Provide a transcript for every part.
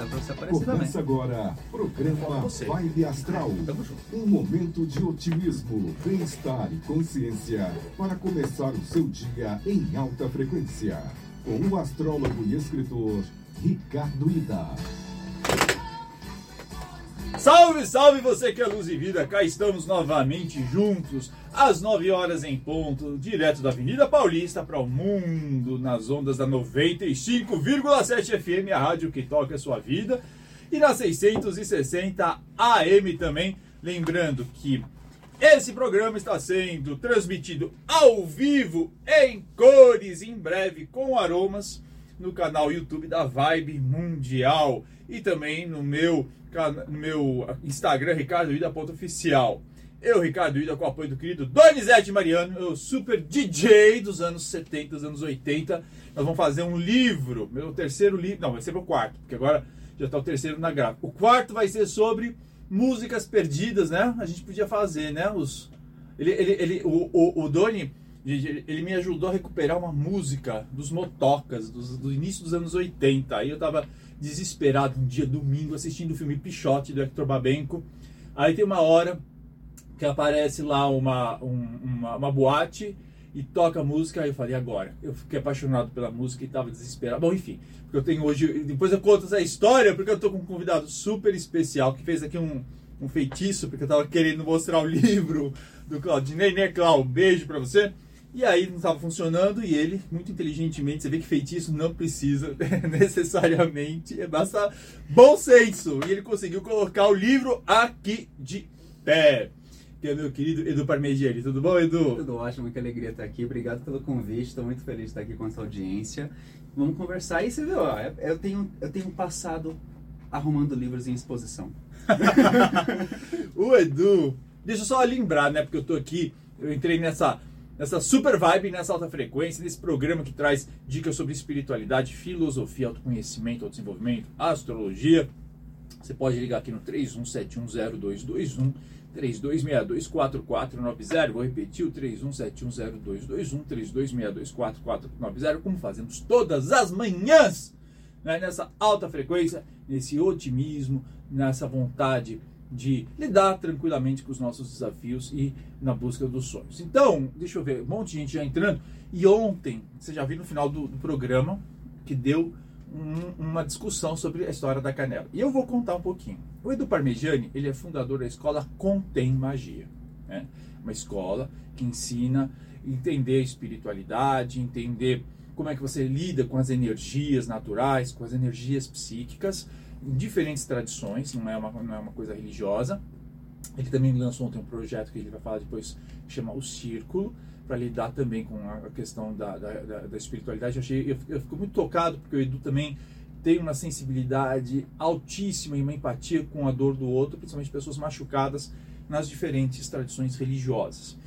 pra você aparecer também. Começa agora, programa Vibe Astral. Um momento de otimismo, bem-estar e consciência para começar o seu dia em alta frequência. Com o astrólogo e escritor Ricardo Ida. Salve, salve você que é luz e vida, cá estamos novamente juntos, às 9 horas em ponto, direto da Avenida Paulista para o mundo, nas ondas da 95,7 FM, a rádio que toca a sua vida, e na 660 AM também, lembrando que esse programa está sendo transmitido ao vivo, em cores, em breve, com aromas, no canal YouTube da Vibe Mundial e também no meu Instagram, ricardoida.oficial. Eu, Ricardo Ida, com o apoio do querido Donizete Mariano, eu super DJ dos anos 70, dos anos 80. Nós vamos fazer um livro, meu terceiro livro, não, vai ser meu quarto, porque agora já está o terceiro na gráfica. O quarto vai ser sobre músicas perdidas, né? A gente podia fazer, né? O Doni, ele me ajudou a recuperar uma música dos motocas, do início dos anos 80. Aí eu tava desesperado um dia, domingo, assistindo o filme Pichote, do Hector Babenco. Aí tem uma hora que aparece lá uma boate e toca a música. Aí eu falei, agora. Eu fiquei apaixonado pela música e tava desesperado. Bom, enfim, porque eu tenho hoje... Depois eu conto essa história, porque eu tô com um convidado super especial, que fez aqui um feitiço, porque eu tava querendo mostrar o livro do Claudinei, né, Clau? Um beijo pra você. E aí não estava funcionando e ele, muito inteligentemente, você vê que feitiço não precisa necessariamente, basta bom senso. E ele conseguiu colocar o livro aqui de pé. Que é meu querido Edu Parmegiani. Tudo bom, Edu? Tudo ótimo, que alegria estar aqui. Obrigado pelo convite, estou muito feliz de estar aqui com essa audiência. Vamos conversar e você viu, ó, eu tenho passado arrumando livros em exposição. O Edu, deixa eu só lembrar, né, porque eu tô aqui, eu entrei nessa super vibe, nessa alta frequência, nesse programa que traz dicas sobre espiritualidade, filosofia, autoconhecimento, autodesenvolvimento, astrologia. Você pode ligar aqui no 31710221, 32624490. Vou repetir o 31710221, 32624490, como fazemos todas as manhãs, né? Nessa alta frequência, nesse otimismo, nessa vontade de lidar tranquilamente com os nossos desafios e na busca dos sonhos. Então, deixa eu ver, um monte de gente já entrando. E ontem, você já viu no final do programa, que deu uma discussão sobre a história da canela. E eu vou contar um pouquinho. O Edu Parmegiani, ele é fundador da escola Contém Magia, né? Uma escola que ensina a entender a espiritualidade, entender como é que você lida com as energias naturais, com as energias psíquicas, em diferentes tradições, não é uma coisa religiosa. Ele também lançou ontem um projeto que ele vai falar depois, que chama O Círculo, para lidar também com a questão da espiritualidade. Eu fico muito tocado, porque o Edu também tem uma sensibilidade altíssima e uma empatia com a dor do outro, principalmente pessoas machucadas nas diferentes tradições religiosas.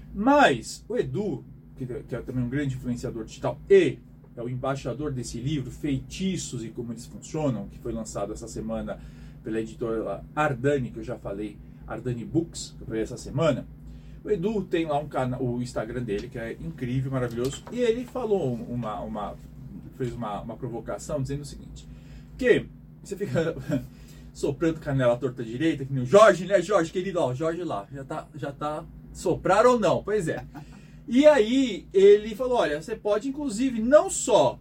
Mas o Edu, que é também um grande influenciador digital e é o embaixador desse livro, Feitiços e Como Eles Funcionam, que foi lançado essa semana pela editora Ardani, que eu já falei, Ardani Books, que eu falei essa semana. O Edu tem lá o Instagram dele, que é incrível, maravilhoso, e ele falou fez uma provocação dizendo o seguinte, que você fica soprando canela à torta direita, que nem o Jorge, né, Jorge, querido, ó, o Jorge lá, já tá soprar ou não? Pois é. E aí ele falou, olha, você pode inclusive não só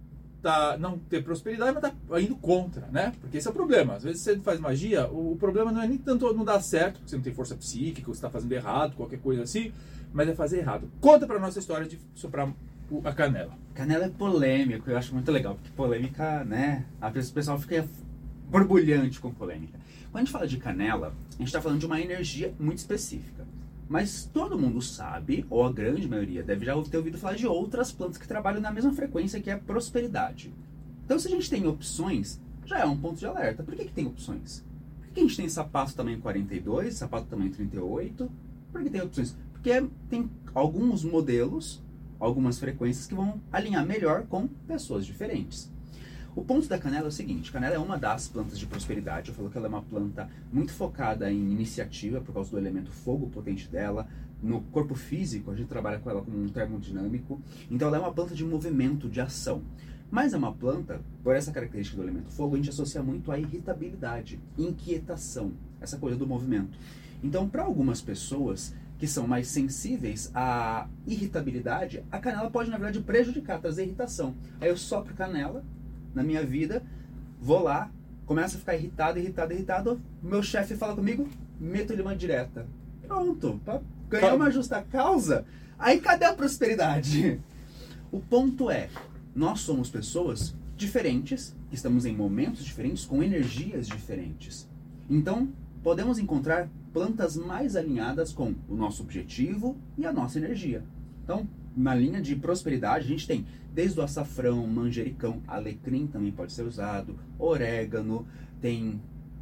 não ter prosperidade, mas tá indo contra, né? Porque esse é o problema. Às vezes você faz magia, o problema não é nem tanto não dar certo, porque você não tem força psíquica, você está fazendo errado, qualquer coisa assim, mas é fazer errado. Conta pra nossa história de soprar a canela. Canela é polêmico, eu acho muito legal, porque polêmica, né? Às vezes o pessoal fica borbulhante com polêmica. Quando a gente fala de canela, a gente está falando de uma energia muito específica. Mas todo mundo sabe, ou a grande maioria deve já ter ouvido falar de outras plantas que trabalham na mesma frequência, que é a prosperidade. Então, se a gente tem opções, já é um ponto de alerta. Por que tem opções? Por que a gente tem sapato tamanho 42, sapato tamanho 38? Por que tem opções? Porque tem alguns modelos, algumas frequências que vão alinhar melhor com pessoas diferentes. O ponto da canela é o seguinte, canela é uma das plantas de prosperidade. Eu falo que ela é uma planta muito focada em iniciativa, por causa do elemento fogo potente dela. No corpo físico, a gente trabalha com ela como um termodinâmico. Então ela é uma planta de movimento, de ação. Mas é uma planta, por essa característica do elemento fogo, a gente associa muito à irritabilidade, inquietação, essa coisa do movimento. Então, para algumas pessoas que são mais sensíveis à irritabilidade, a canela pode, na verdade, prejudicar, trazer irritação. Aí eu sopro canela na minha vida, vou lá, começo a ficar irritado, meu chefe fala comigo, meto-lhe uma direta. Pronto, ganhar uma justa causa, aí cadê a prosperidade? O ponto é, nós somos pessoas diferentes, estamos em momentos diferentes, com energias diferentes. Então, podemos encontrar plantas mais alinhadas com o nosso objetivo e a nossa energia. Então, na linha de prosperidade, a gente tem desde o açafrão, manjericão, alecrim também pode ser usado, orégano, tem...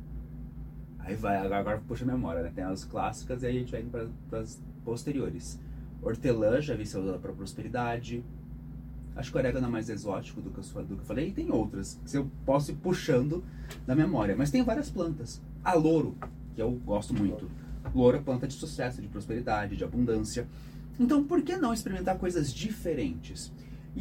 Aí vai, agora puxa a memória, né? Tem as clássicas e aí a gente vai indo para as posteriores. Hortelã já vi ser usada para prosperidade. Acho que o orégano é mais exótico do que eu falei. E tem outras que eu posso ir puxando da memória. Mas tem várias plantas. A louro, que eu gosto muito. Louro é planta de sucesso, de prosperidade, de abundância. Então, por que não experimentar coisas diferentes? E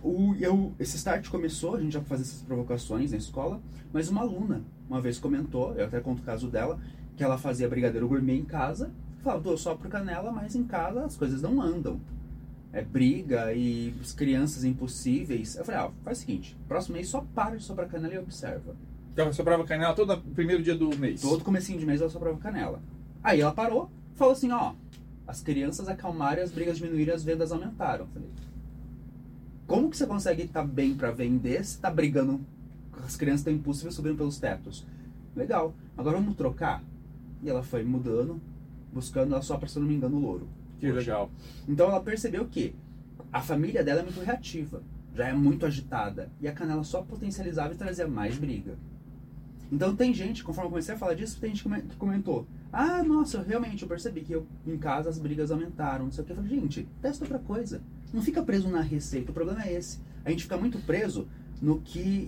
esse start começou, a gente já fazia essas provocações na escola, mas uma aluna uma vez comentou, eu até conto o caso dela, que ela fazia brigadeiro gourmet em casa, falava, eu sopro canela, mas em casa as coisas não andam. É briga e as crianças impossíveis. Eu falei, faz o seguinte, próximo mês só para de soprar canela e observa. Então ela soprava canela todo primeiro dia do mês? Todo comecinho de mês ela soprava canela. Aí ela parou, falou assim, as crianças acalmaram, as brigas diminuíram, as vendas aumentaram. Eu falei, como que você consegue estar bem para vender se está brigando, as crianças estão impossíveis subindo pelos tetos? Legal, agora vamos trocar? E ela foi mudando, buscando, ela sopra, se eu não me engano, o louro. Que legal. Então ela percebeu que a família dela é muito reativa, já é muito agitada, e a canela só potencializava e trazia mais briga. Então tem gente, conforme eu comecei a falar disso, tem gente que comentou, nossa, eu percebi que em casa as brigas aumentaram, não sei o que. Eu falei, gente, testa outra coisa. Não fica preso na receita, o problema é esse. A gente fica muito preso no que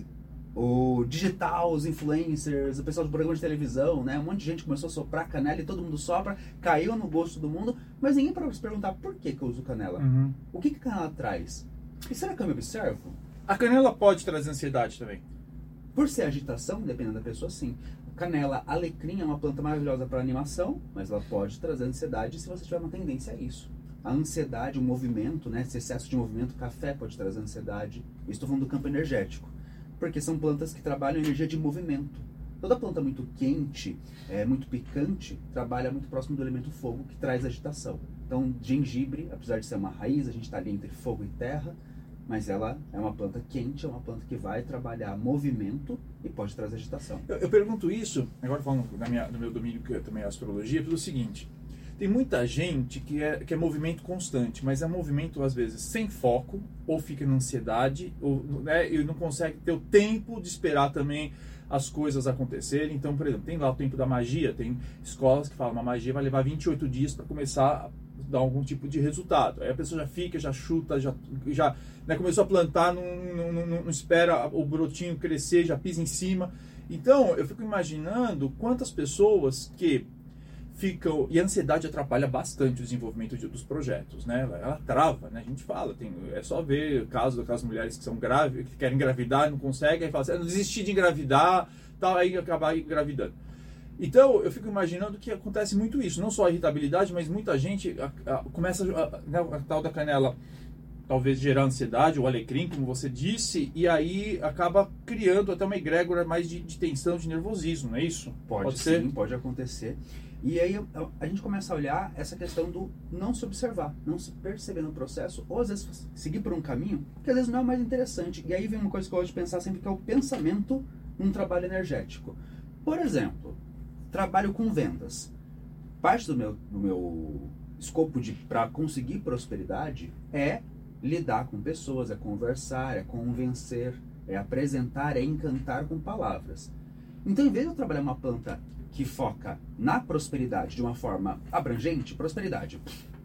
o digital, os influencers, o pessoal do programa de televisão, né? Um monte de gente começou a soprar canela e todo mundo sopra, caiu no gosto do mundo, mas ninguém parou pra se perguntar por que eu uso canela. Uhum. O que a canela traz? E será que eu me observo? A canela pode trazer ansiedade também? Por ser agitação, dependendo da pessoa, sim. Canela, alecrim é uma planta maravilhosa para animação, mas ela pode trazer ansiedade se você tiver uma tendência a isso. A ansiedade, o movimento, né? Esse excesso de movimento, café pode trazer ansiedade. Estou falando do campo energético. Porque são plantas que trabalham energia de movimento. Toda planta muito quente, muito picante, trabalha muito próximo do elemento fogo, que traz agitação. Então, gengibre, apesar de ser uma raiz, a gente está ali entre fogo e terra, mas ela é uma planta quente, é uma planta que vai trabalhar movimento e pode trazer agitação. Eu pergunto isso, agora falando do meu domínio, que é também a astrologia, pelo seguinte: tem muita gente que é movimento constante, mas é movimento às vezes sem foco, ou fica na ansiedade, ou, né, e não consegue ter o tempo de esperar também as coisas acontecerem. Então, por exemplo, tem lá o tempo da magia, tem escolas que falam que uma magia vai levar 28 dias para começar a dar algum tipo de resultado. Aí a pessoa já fica, já chuta, já né, começou a plantar, não espera o brotinho crescer, já pisa em cima. Então, eu fico imaginando quantas pessoas que ficam... E a ansiedade atrapalha bastante o desenvolvimento dos projetos, né? Ela trava, né? A gente fala, é só ver o caso daquelas mulheres que são grávidas, que querem engravidar e não conseguem, aí fala assim, eu não desisti de engravidar, tal, aí acabar engravidando. Então, eu fico imaginando que acontece muito isso, não só a irritabilidade, mas muita gente começa a tal da canela talvez gerar ansiedade, o alecrim, como você disse, e aí acaba criando até uma egrégora mais de tensão, de nervosismo, não é isso? Pode ser? Sim, pode acontecer. E aí a gente começa a olhar essa questão do não se observar, não se perceber no processo, ou às vezes seguir por um caminho que às vezes não é o mais interessante. E aí vem uma coisa que eu gosto de pensar sempre, que é o pensamento num trabalho energético. Por exemplo, trabalho com vendas. Parte do meu escopo para conseguir prosperidade é lidar com pessoas, é conversar, é convencer, é apresentar, é encantar com palavras. Então, em vez de eu trabalhar uma planta que foca na prosperidade de uma forma abrangente, prosperidade,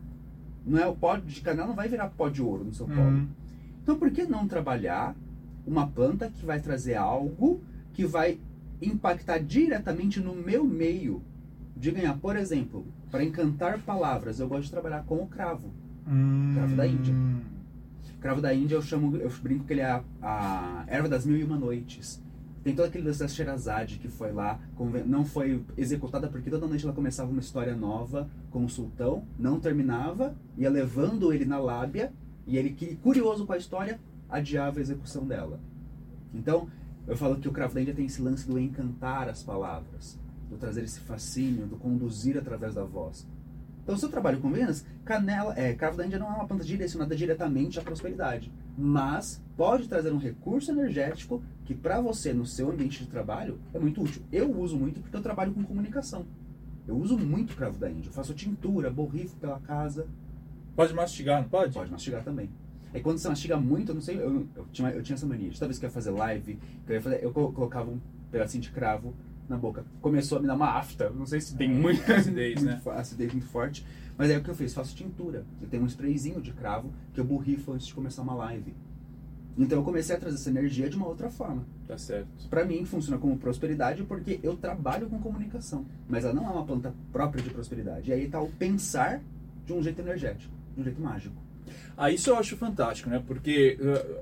não é o pó de canela, não vai virar pó de ouro no seu colo. Então, por que não trabalhar uma planta que vai trazer algo que vai impactar diretamente no meu meio de ganhar? Por exemplo, para encantar palavras, eu gosto de trabalhar com o cravo. Cravo da Índia. Cravo da Índia eu brinco que ele é a erva das 1001 noites. Tem todo aquele lance da Sherazade que foi lá, não foi executada porque toda noite ela começava uma história nova com o sultão, não terminava, ia levando ele na lábia, e ele, curioso com a história, adiava a execução dela. Então, eu falo que o Cravo da Índia tem esse lance do encantar as palavras, do trazer esse fascínio, do conduzir através da voz. Então, se eu trabalho com Vênus, Cravo da Índia não é uma planta direcionada diretamente à prosperidade, mas pode trazer um recurso energético que para você, no seu ambiente de trabalho, é muito útil. Eu uso muito porque eu trabalho com comunicação. Eu uso muito Cravo da Índia. Eu faço tintura, borrifo pela casa. Pode mastigar, não pode? Pode mastigar também. Aí quando você mastiga muito, eu não sei, eu tinha essa mania. Toda vez que eu ia fazer live, eu colocava um pedacinho de cravo na boca. Começou a me dar uma afta. Não sei se tem muita acidez, né? Acidez muito forte. Mas aí o que eu fiz? Faço tintura. Eu tenho um sprayzinho de cravo que eu borrifo antes de começar uma live. Então eu comecei a trazer essa energia de uma outra forma. Tá certo. Pra mim funciona como prosperidade porque eu trabalho com comunicação. Mas ela não é uma planta própria de prosperidade. E aí tá o pensar de um jeito energético, de um jeito mágico. Isso eu acho fantástico, né? Porque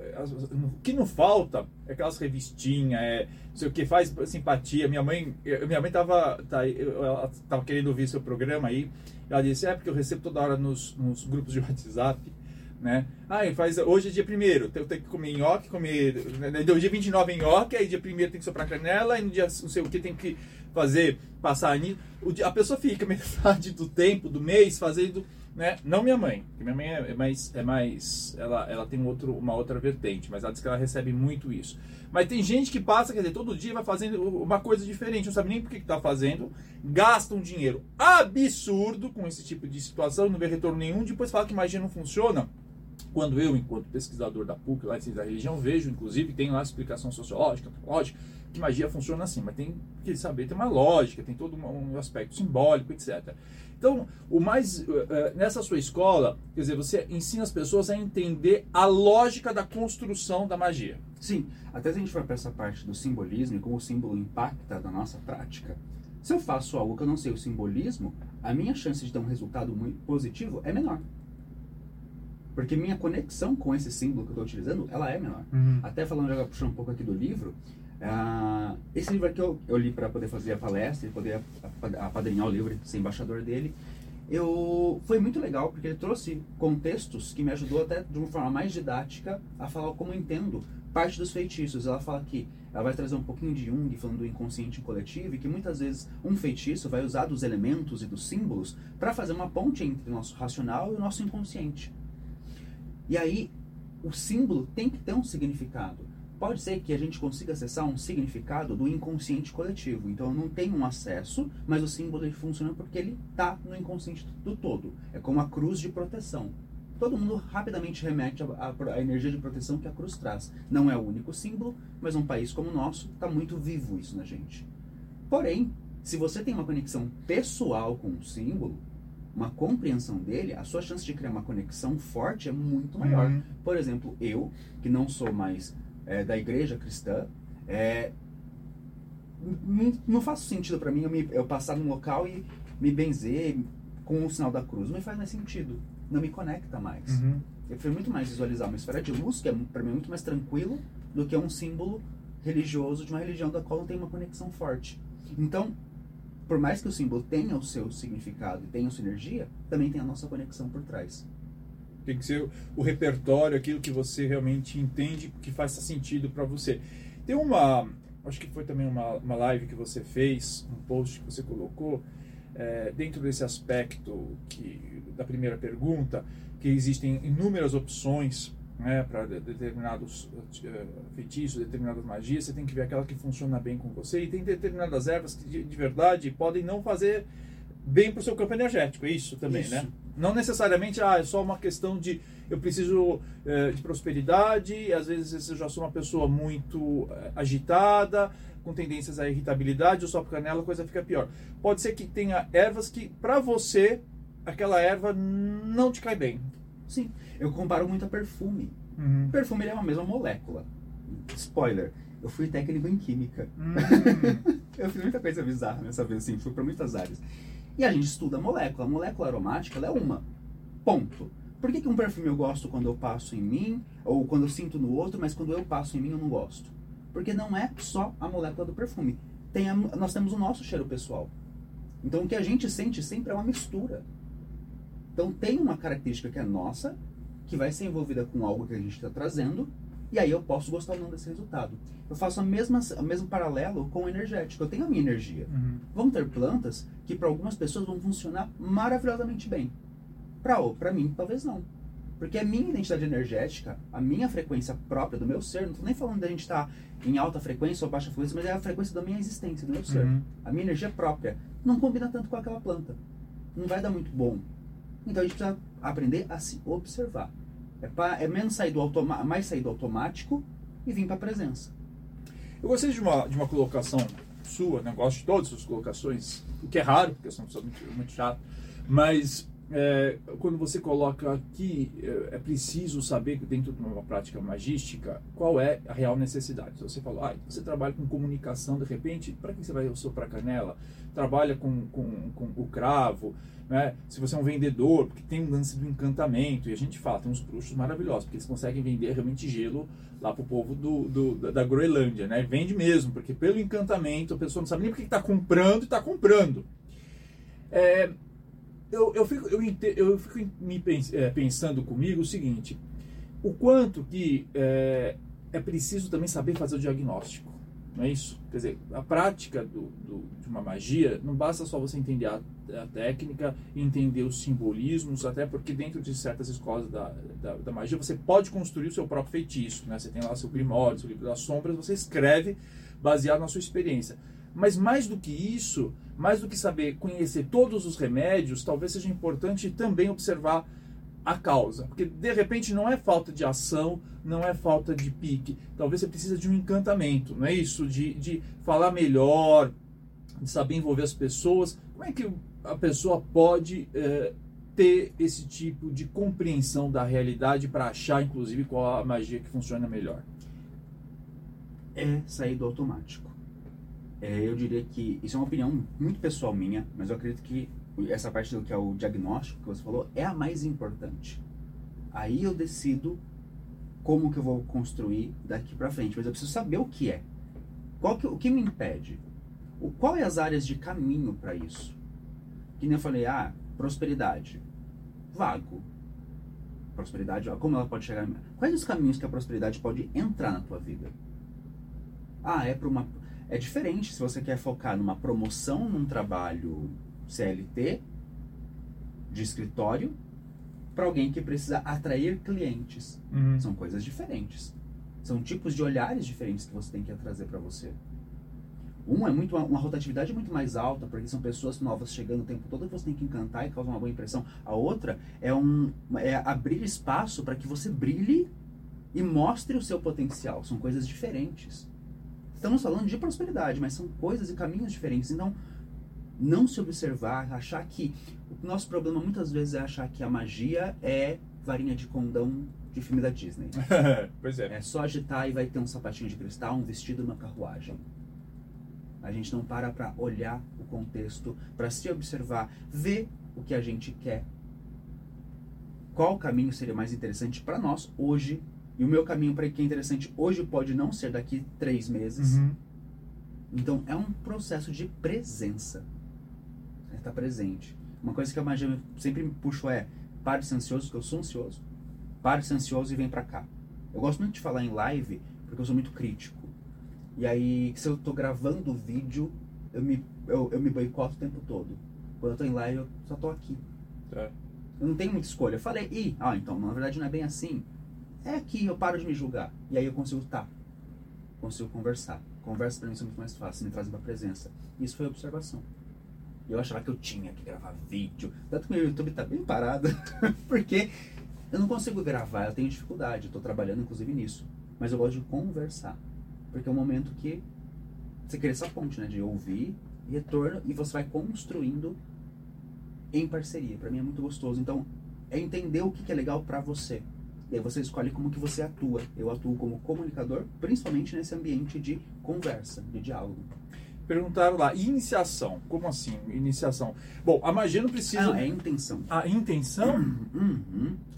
o que não falta é aquelas revistinhas, não sei o que, faz simpatia. Minha mãe ela tava querendo ouvir seu programa aí. Ela disse, porque eu recebo toda hora nos grupos de WhatsApp, né? Hoje é dia 1º, eu tenho que comer nhoque, dia 29 é nhoque, aí dia 1º tem que soprar canela, e no dia não sei o que tem que passar nisso. A pessoa fica metade do tempo, do mês, fazendo, né? Não minha mãe, porque minha mãe é mais ela tem uma outra vertente, mas ela diz que ela recebe muito isso. Mas tem gente que passa, quer dizer, todo dia vai fazendo uma coisa diferente, não sabe nem por que está fazendo, gasta um dinheiro absurdo com esse tipo de situação, não vê retorno nenhum, depois fala que magia não funciona. Quando eu, enquanto pesquisador da PUC, lá em Ciência da Religião, vejo, inclusive, tem lá a explicação sociológica, antropológica, que magia funciona assim, mas tem que saber, tem uma lógica, tem todo um aspecto simbólico, etc. Então, nessa sua escola, quer dizer, você ensina as pessoas a entender a lógica da construção da magia. Sim, até se a gente for para essa parte do simbolismo e como o símbolo impacta na nossa prática, se eu faço algo que eu não sei o simbolismo, a minha chance de ter um resultado muito positivo é menor. Porque minha conexão com esse símbolo que eu estou utilizando, ela é menor. Até falando, puxando um pouco aqui do livro, esse livro aqui eu li para poder fazer a palestra e poder apadrinhar o livro, ser embaixador dele. Foi muito legal porque ele trouxe contextos que me ajudou até de uma forma mais didática a falar como eu entendo parte dos feitiços. Ela fala que ela vai trazer um pouquinho de Jung, falando do inconsciente coletivo, e que muitas vezes um feitiço vai usar dos elementos e dos símbolos para fazer uma ponte entre o nosso racional e o nosso inconsciente. E aí, o símbolo tem que ter um significado. Pode ser que a gente consiga acessar um significado do inconsciente coletivo. Então, eu não tenho um acesso, mas o símbolo ele funciona porque ele está no inconsciente do todo. É como a cruz de proteção. Todo mundo rapidamente remete à energia de proteção que a cruz traz. Não é o único símbolo, mas um país como o nosso está muito vivo isso na gente. Porém, se você tem uma conexão pessoal com o símbolo, uma compreensão dele, a sua chance de criar uma conexão forte é muito maior. Por exemplo, eu, que não sou mais da igreja cristã, não faz sentido para mim eu passar num local e me benzer com o sinal da cruz. Não me faz mais sentido. Não me conecta mais. Eu prefiro muito mais visualizar uma esfera de luz, que para mim é muito mais tranquilo, do que um símbolo religioso de uma religião da qual não tem uma conexão forte. Então, por mais que o símbolo tenha o seu significado e tenha a sua energia, também tem a nossa conexão por trás. Tem que ser o repertório, aquilo que você realmente entende, que faz sentido para você. Tem acho que foi também uma live que você fez, um post que você colocou, dentro desse aspecto da primeira pergunta, que existem inúmeras opções, né, para determinados feitiços, determinadas magias. Você tem que ver aquela que funciona bem com você, e tem determinadas ervas que de verdade podem não fazer bem para o seu campo energético. Isso também, né? Não necessariamente é só uma questão de eu preciso de prosperidade, às vezes eu já sou uma pessoa muito agitada, com tendências à irritabilidade, eu sopro canela, a coisa fica pior. Pode ser que tenha ervas que para você aquela erva não te cai bem. Sim, eu comparo muito a perfume. Perfume é uma mesma molécula. Spoiler, eu fui técnico em química. Eu fiz muita coisa bizarra nessa vida, assim, fui para muitas áreas. E a gente estuda a molécula. A molécula aromática, ela é uma. Ponto. Por que um perfume eu gosto quando eu passo em mim, ou quando eu sinto no outro, mas quando eu passo em mim eu não gosto? Porque não é só a molécula do perfume. Nós temos o nosso cheiro pessoal. Então o que a gente sente sempre é uma mistura. Então tem uma característica que é nossa, que vai ser envolvida com algo que a gente está trazendo, e aí eu posso gostar ou não desse resultado. Eu faço o mesmo paralelo com o energético. Eu tenho a minha energia. Vão ter plantas que para algumas pessoas vão funcionar maravilhosamente bem. Para mim, talvez não. Porque a minha identidade energética, a minha frequência própria do meu ser, não estou nem falando da gente estar em alta frequência ou baixa frequência, mas é a frequência da minha existência, do meu ser. A minha energia própria não combina tanto com aquela planta. Não vai dar muito bom. Então a gente precisa aprender a se observar. É menos mais sair do automático e vir para a presença. Eu gostei de uma colocação sua, né? Gosto de todas as suas colocações, o que é raro, porque eu sou uma pessoa muito chata, mas quando você coloca aqui, é preciso saber, dentro de uma prática magística, qual é a real necessidade. Se você falou, você trabalha com comunicação, de repente, para que você vai soprar canela? Trabalha com o cravo, né? Se você é um vendedor, porque tem um lance do encantamento, e a gente fala, tem uns bruxos maravilhosos, porque eles conseguem vender realmente gelo lá pro povo da Groenlândia, né? Vende mesmo, porque pelo encantamento a pessoa não sabe nem porque está comprando e está comprando. Eu fico pensando comigo o seguinte, o quanto que é preciso também saber fazer o diagnóstico, não é isso? Quer dizer, a prática de uma magia, não basta só você entender a técnica e entender os simbolismos, até porque dentro de certas escolas da magia você pode construir o seu próprio feitiço, né? Você tem lá seu Grimório, seu livro das sombras, você escreve baseado na sua experiência. Mas mais do que isso, mais do que saber conhecer todos os remédios, talvez seja importante também observar a causa. Porque de repente não é falta de ação, não é falta de pique. Talvez você precise de um encantamento, não é isso? De falar melhor, de saber envolver as pessoas. Como é que a pessoa pode ter esse tipo de compreensão da realidade para achar, inclusive, qual a magia que funciona melhor? É sair do automático. Eu diria que isso é uma opinião muito pessoal minha, mas eu acredito que essa parte do que é o diagnóstico que você falou é a mais importante. Aí eu decido como que eu vou construir daqui para frente, mas eu preciso saber o que é. O que me impede? Qual é as áreas de caminho para isso? Que nem eu falei, prosperidade. Vago. Prosperidade, como ela pode chegar? Quais os caminhos que a prosperidade pode entrar na tua vida? É diferente se você quer focar numa promoção num trabalho CLT, de escritório, para alguém que precisa atrair clientes. São coisas diferentes. São tipos de olhares diferentes que você tem que trazer para você. Uma rotatividade muito mais alta, porque são pessoas novas chegando o tempo todo que você tem que encantar e causar uma boa impressão. A outra é abrir espaço para que você brilhe e mostre o seu potencial. São coisas diferentes. Estamos falando de prosperidade, mas são coisas e caminhos diferentes. Então, não se observar, achar que... O nosso problema muitas vezes é achar que a magia é varinha de condão de filme da Disney. Pois é. É só agitar e vai ter um sapatinho de cristal, um vestido e uma carruagem. A gente não para olhar o contexto, para se observar, ver o que a gente quer. Qual caminho seria mais interessante para nós hoje? E o meu caminho para que é interessante hoje pode não ser daqui 3 meses. Então é um processo de presença. Estar presente. Uma coisa que a magia sempre me puxou pare de ser ansioso, porque eu sou ansioso. Pare de ser ansioso e vem pra cá. Eu gosto muito de falar em live, porque eu sou muito crítico. E aí, se eu tô gravando o vídeo, eu me boicoto o tempo todo. Quando eu tô em live, eu só tô aqui. Eu não tenho muita escolha. Eu falei, então, na verdade não é bem assim. É que eu paro de me julgar. E aí eu consigo conversar. Conversa pra mim é muito mais fácil, me traz pra presença. Isso foi observação. Eu achava que eu tinha que gravar vídeo. Tanto que meu YouTube tá bem parado. Porque eu não consigo gravar, eu tenho dificuldade. Eu tô trabalhando inclusive nisso. Mas eu gosto de conversar. Porque é um momento que você cria essa ponte, né? De ouvir, retorno, e você vai construindo em parceria. Pra mim é muito gostoso. Então, é entender o que é legal pra você. E aí você escolhe como que você atua. Eu atuo como comunicador, principalmente nesse ambiente de conversa, de diálogo. Perguntaram lá, iniciação. Como assim, iniciação? Bom, a magia não precisa... é intenção. A intenção?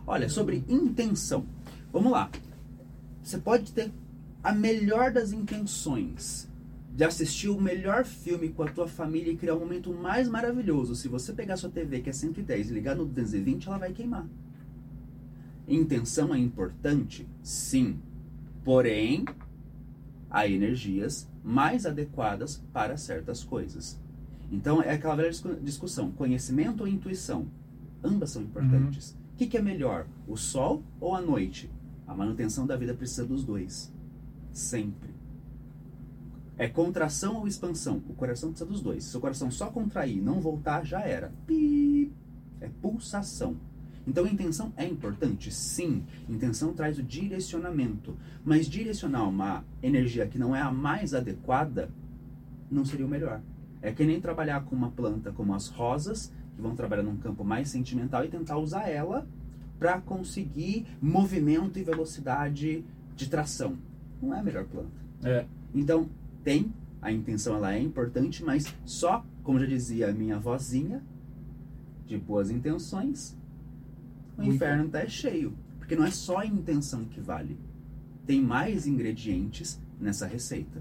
Olha, sobre intenção. Vamos lá. Você pode ter a melhor das intenções de assistir o melhor filme com a tua família e criar um momento mais maravilhoso. Se você pegar sua TV, que é 110, e ligar no 220, ela vai queimar. Intenção é importante? Sim. Porém, há energias mais adequadas para certas coisas. Então, é aquela velha discussão. Conhecimento ou intuição? Ambas são importantes. O que é melhor? O sol ou a noite? A manutenção da vida precisa dos dois. Sempre. É contração ou expansão? O coração precisa dos dois. Se o coração só contrair e não voltar, já era. Pi! É pulsação. Então, a intenção é importante? Sim. Intenção traz o direcionamento. Mas direcionar uma energia que não é a mais adequada não seria o melhor. É que nem trabalhar com uma planta como as rosas, que vão trabalhar num campo mais sentimental e tentar usar ela para conseguir movimento e velocidade de tração. Não é a melhor planta. Então, a intenção ela é importante, mas só, como já dizia a minha vozinha, de boas intenções, o inferno está cheio. Porque não é só a intenção que vale. Tem mais ingredientes nessa receita.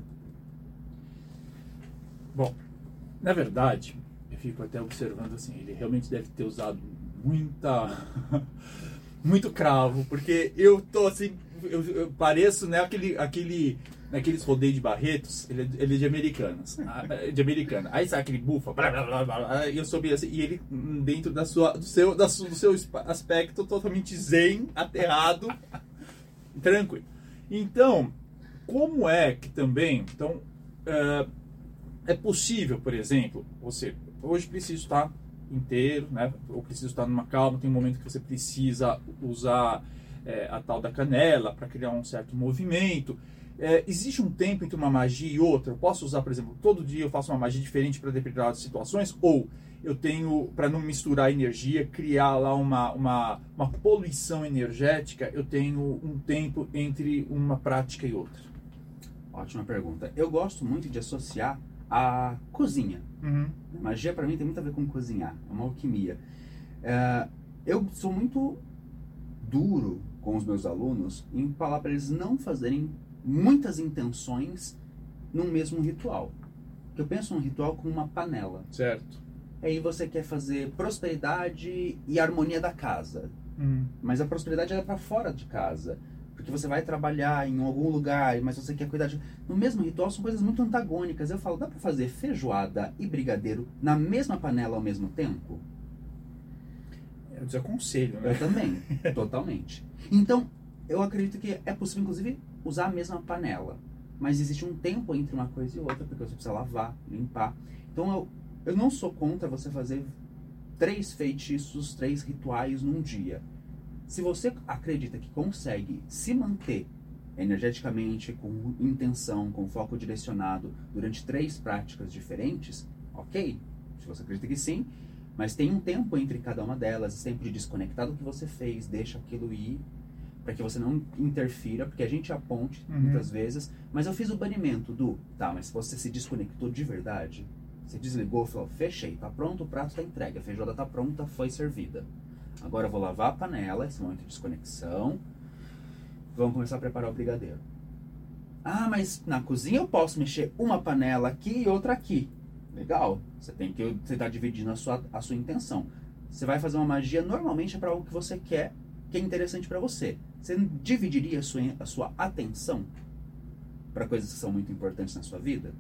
Bom, na verdade, eu fico até observando assim, ele realmente deve ter usado muito cravo, porque eu tô assim, eu pareço, né, aqueles rodeios de Barretos, ele é de Americanas, de Americana. Aí sai aquele bufa, blá, blá, blá, blá, e eu soube assim, e ele dentro do seu aspecto totalmente zen, aterrado, tranquilo. Então, como é que também, então, é possível, por exemplo, você hoje preciso estar inteiro, né? Ou preciso estar numa calma, tem um momento que você precisa usar a tal da canela para criar um certo movimento. Existe um tempo entre uma magia e outra? Eu posso usar, por exemplo, todo dia eu faço uma magia diferente para determinadas situações? Ou eu tenho, para não misturar energia, criar lá uma poluição energética, eu tenho um tempo entre uma prática e outra? Ótima pergunta. Eu gosto muito de associar a cozinha. Magia para mim tem muito a ver com cozinhar, é uma alquimia. Eu sou muito duro com os meus alunos em falar para eles não fazerem muitas intenções num mesmo ritual. Eu penso um ritual como uma panela. Certo. Aí você quer fazer prosperidade e harmonia da casa. Mas a prosperidade é para fora de casa. Porque você vai trabalhar em algum lugar, mas você quer cuidar de... No mesmo ritual são coisas muito antagônicas. Eu falo, dá para fazer feijoada e brigadeiro na mesma panela ao mesmo tempo? Eu desaconselho, né? Eu também, totalmente. Então, eu acredito que é possível, inclusive, usar a mesma panela. Mas existe um tempo entre uma coisa e outra, porque você precisa lavar, limpar. Então, eu não sou contra você fazer 3 feitiços, 3 rituais num dia. Se você acredita que consegue se manter energeticamente, com intenção, com foco direcionado, durante 3 práticas diferentes, ok. Se você acredita que sim, mas tem um tempo entre cada uma delas, esse tempo de desconectar do que você fez, deixa aquilo ir, para que você não interfira, porque a gente aponte muitas vezes, mas eu fiz o banimento mas se você se desconectou de verdade, você desligou, falou, fechei, tá pronto, o prato tá entregue, a feijoada tá pronta, foi servida. Agora eu vou lavar a panela, esse momento de desconexão. Vamos começar a preparar o brigadeiro. Mas na cozinha eu posso mexer uma panela aqui e outra aqui. Legal. Você tá dividindo a sua intenção. Você vai fazer uma magia, normalmente é para algo que você quer, que é interessante para você. Você dividiria a sua atenção para coisas que são muito importantes na sua vida?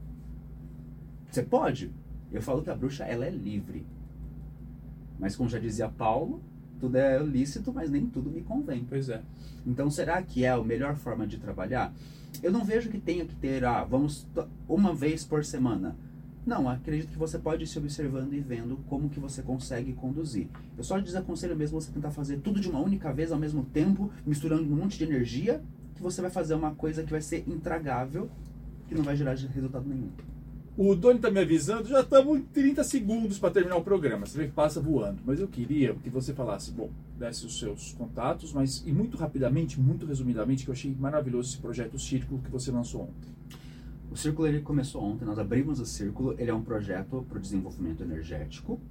Você pode. Eu falo que a bruxa, ela é livre. Mas como já dizia Paulo, tudo é lícito, mas nem tudo me convém. Pois é. Então, será que é a melhor forma de trabalhar? Eu não vejo que tenha que ter, vamos uma vez por semana. Não, acredito que você pode ir se observando e vendo como que você consegue conduzir. Eu só desaconselho mesmo você tentar fazer tudo de uma única vez ao mesmo tempo, misturando um monte de energia, que você vai fazer uma coisa que vai ser intragável, que não vai gerar resultado nenhum. O Doni está me avisando, já estamos em 30 segundos para terminar o programa. Você vê que passa voando. Mas eu queria que você falasse, desse os seus contatos, e muito rapidamente, muito resumidamente, que eu achei maravilhoso esse projeto, o Círculo, que você lançou ontem. O Círculo ele começou ontem, nós abrimos o Círculo, ele é um projeto para o desenvolvimento energético.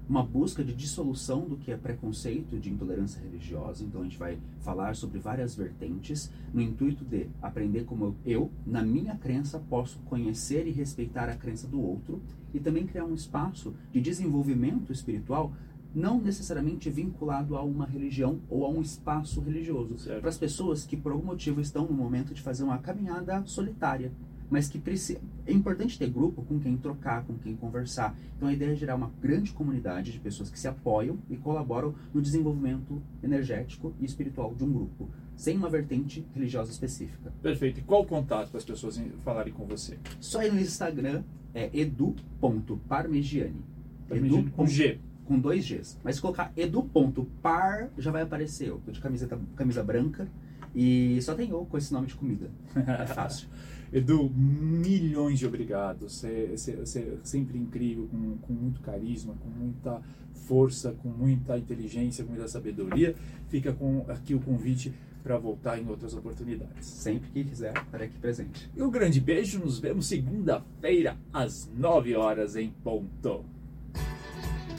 uma busca de dissolução do que é preconceito de intolerância religiosa. Então a gente vai falar sobre várias vertentes no intuito de aprender como eu, na minha crença, posso conhecer e respeitar a crença do outro e também criar um espaço de desenvolvimento espiritual não necessariamente vinculado a uma religião ou a um espaço religioso. Para as pessoas que por algum motivo estão no momento de fazer uma caminhada solitária, mas que é importante ter grupo com quem trocar, com quem conversar. Então a ideia é gerar uma grande comunidade de pessoas que se apoiam e colaboram no desenvolvimento energético e espiritual de um grupo, sem uma vertente religiosa específica. Perfeito. E qual o contato para as pessoas falarem com você? Só ir no Instagram, é edu.parmegiani. Edu com G. Com 2 Gs. Mas se colocar edu.par, já vai aparecer eu. Tô de camisa branca e só tem eu com esse nome de comida. É fácil. Edu, milhões de obrigados. Você é sempre incrível, com muito carisma, com muita força, com muita inteligência, com muita sabedoria. Fica aqui o convite para voltar em outras oportunidades. Sempre que quiser, estarei aqui presente. E um grande beijo. Nos vemos segunda-feira, às 9 horas em ponto.